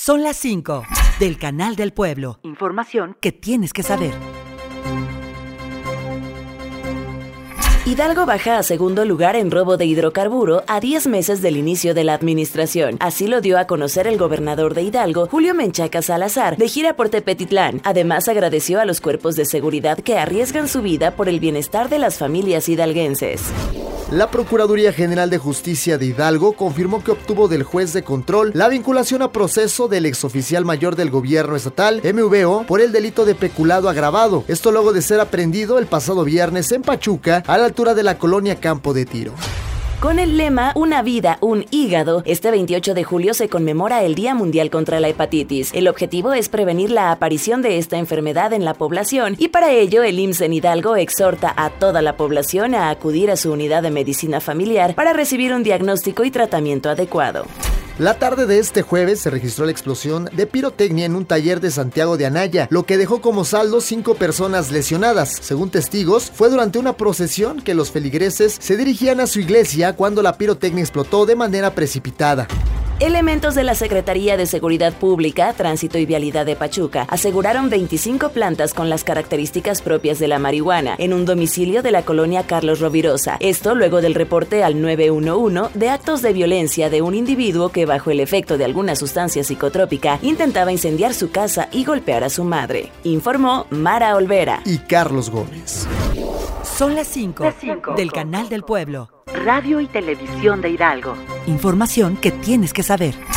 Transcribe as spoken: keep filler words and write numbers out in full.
Son las cinco del Canal del Pueblo. Información que tienes que saber. Hidalgo baja a segundo lugar en robo de hidrocarburo a diez meses del inicio de la administración. Así lo dio a conocer el gobernador de Hidalgo, Julio Menchaca Salazar, de gira por Tepetitlán. Además, agradeció a los cuerpos de seguridad que arriesgan su vida por el bienestar de las familias hidalguenses. La Procuraduría General de Justicia de Hidalgo confirmó que obtuvo del juez de control la vinculación a proceso del exoficial mayor del gobierno estatal, M V O, por el delito de peculado agravado. Esto luego de ser aprehendido el pasado viernes en Pachuca, a la altura de la colonia Campo de Tiro. Con el lema Una vida, un hígado, este veintiocho de julio se conmemora el Día Mundial contra la Hepatitis. El objetivo es prevenir la aparición de esta enfermedad en la población y para ello el I M S S en Hidalgo exhorta a toda la población a acudir a su unidad de medicina familiar para recibir un diagnóstico y tratamiento adecuado. La tarde de este jueves se registró la explosión de pirotecnia en un taller de Santiago de Anaya, lo que dejó como saldo cinco personas lesionadas. Según testigos, fue durante una procesión que los feligreses se dirigían a su iglesia cuando la pirotecnia explotó de manera precipitada. Elementos de la Secretaría de Seguridad Pública, Tránsito y Vialidad de Pachuca aseguraron veinticinco plantas con las características propias de la marihuana en un domicilio de la colonia Carlos Rovirosa. Esto luego del reporte al nueve uno uno de actos de violencia de un individuo que bajo el efecto de alguna sustancia psicotrópica intentaba incendiar su casa y golpear a su madre. Informó Mara Olvera y Carlos Gómez. Son las cinco del Canal del Pueblo. Radio y Televisión de Hidalgo. Información que tienes que saber.